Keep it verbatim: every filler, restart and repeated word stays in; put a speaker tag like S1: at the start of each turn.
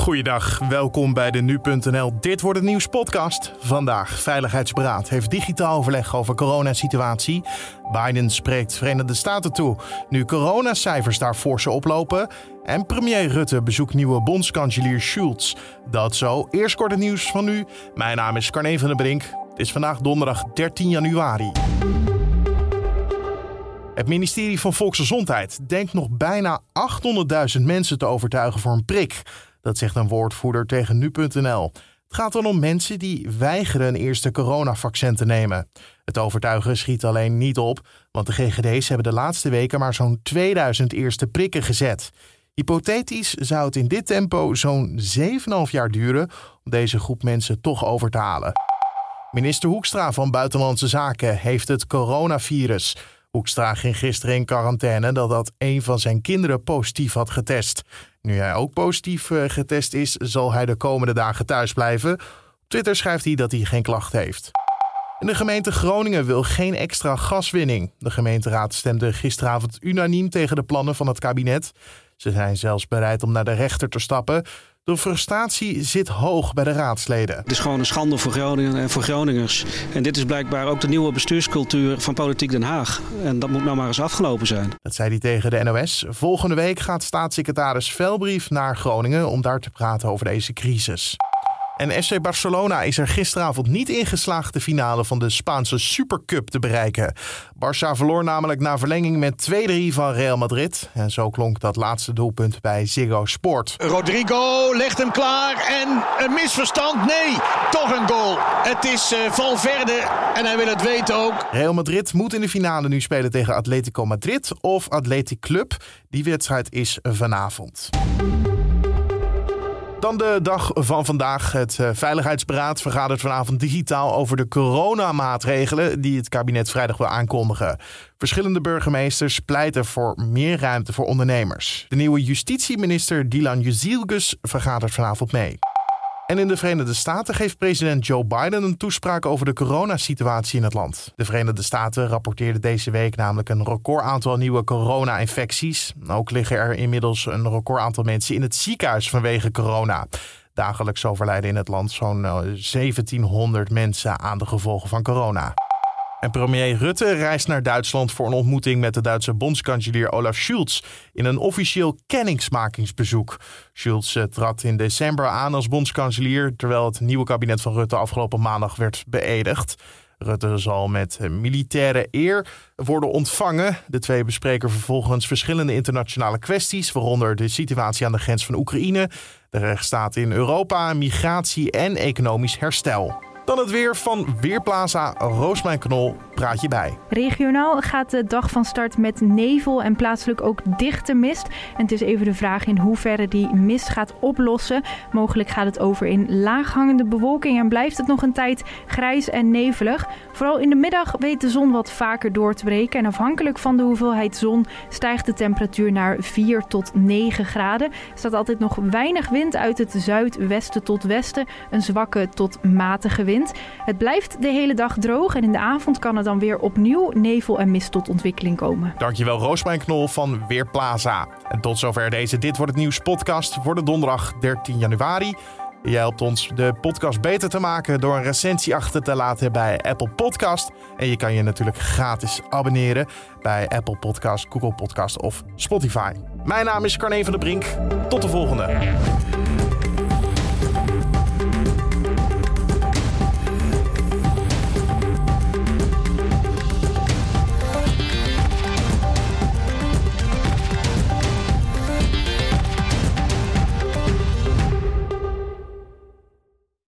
S1: Goeiedag, welkom bij de Nu punt n l Dit wordt het nieuws podcast. Vandaag, Veiligheidsberaad heeft digitaal overleg over coronasituatie. Biden spreekt Verenigde Staten toe, nu coronacijfers daar fors oplopen. En premier Rutte bezoekt nieuwe bondskanselier Scholz. Dat zo, eerst kort het nieuws van nu. Mijn naam is Carne van der Brink. Het is vandaag donderdag dertien januari. Het ministerie van Volksgezondheid denkt nog bijna achthonderdduizend mensen te overtuigen voor een prik. Dat zegt een woordvoerder tegen Nu punt n l. Het gaat dan om mensen die weigeren een eerste coronavaccin te nemen. Het overtuigen schiet alleen niet op, want de G G D's hebben de laatste weken maar zo'n tweeduizend eerste prikken gezet. Hypothetisch zou het in dit tempo zo'n zeven komma vijf jaar duren om deze groep mensen toch over te halen. Minister Hoekstra van Buitenlandse Zaken heeft het coronavirus. Hoekstra ging gisteren in quarantaine nadat een van zijn kinderen positief had getest. Nu hij ook positief getest is, zal hij de komende dagen thuis blijven. Op Twitter schrijft hij dat hij geen klacht heeft. En de gemeente Groningen wil geen extra gaswinning. De gemeenteraad stemde gisteravond unaniem tegen de plannen van het kabinet. Ze zijn zelfs bereid om naar de rechter te stappen. De frustratie zit hoog bij de raadsleden.
S2: Het is gewoon een schande voor Groningen en voor Groningers. En dit is blijkbaar ook de nieuwe bestuurscultuur van Politiek Den Haag. En dat moet nou maar eens afgelopen zijn.
S1: Dat zei hij tegen de N O S. Volgende week gaat staatssecretaris Velbrief naar Groningen om daar te praten over deze crisis. En F C Barcelona is er gisteravond niet in geslaagd de finale van de Spaanse Supercup te bereiken. Barça verloor namelijk na verlenging met twee drie van Real Madrid. En zo klonk dat laatste doelpunt bij Ziggo Sport.
S3: Rodrigo legt hem klaar en een misverstand. Nee, toch een goal. Het is uh, Valverde en hij wil het weten ook.
S1: Real Madrid moet in de finale nu spelen tegen Atletico Madrid of Athletic Club. Die wedstrijd is vanavond. Dan de dag van vandaag. Het Veiligheidsberaad vergadert vanavond digitaal over de coronamaatregelen die het kabinet vrijdag wil aankondigen. Verschillende burgemeesters pleiten voor meer ruimte voor ondernemers. De nieuwe justitieminister Dilan Yüzilgöz vergadert vanavond mee. En in de Verenigde Staten geeft president Joe Biden een toespraak over de coronasituatie in het land. De Verenigde Staten rapporteerden deze week namelijk een recordaantal nieuwe corona-infecties. Ook liggen er inmiddels een recordaantal mensen in het ziekenhuis vanwege corona. Dagelijks overlijden in het land zo'n zeventienhonderd mensen aan de gevolgen van corona. En premier Rutte reist naar Duitsland voor een ontmoeting met de Duitse bondskanselier Olaf Scholz in een officieel kennismakingsbezoek. Scholz trad in december aan als bondskanselier, terwijl het nieuwe kabinet van Rutte afgelopen maandag werd beëdigd. Rutte zal met militaire eer worden ontvangen. De twee bespreken vervolgens verschillende internationale kwesties, waaronder de situatie aan de grens van Oekraïne, de rechtsstaat in Europa, migratie en economisch herstel. Dan het weer van Weerplaza. Roosmijn Knol praat je bij.
S4: Regionaal gaat de dag van start met nevel en plaatselijk ook dichte mist. En het is even de vraag in hoeverre die mist gaat oplossen. Mogelijk gaat het over in laaghangende bewolking en blijft het nog een tijd grijs en nevelig. Vooral in de middag weet de zon wat vaker door te breken. En afhankelijk van de hoeveelheid zon stijgt de temperatuur naar vier tot negen graden. Er staat altijd nog weinig wind uit het zuidwesten tot westen. Een zwakke tot matige wind. Het blijft de hele dag droog en in de avond kan er dan weer opnieuw nevel en mist tot ontwikkeling komen.
S1: Dankjewel Roosmijn Knol van Weerplaza. En tot zover deze Dit Wordt Het Nieuws podcast voor de donderdag dertien januari. Je helpt ons de podcast beter te maken door een recensie achter te laten bij Apple Podcast. En je kan je natuurlijk gratis abonneren bij Apple Podcast, Google Podcast of Spotify. Mijn naam is Carne van der Brink. Tot de volgende.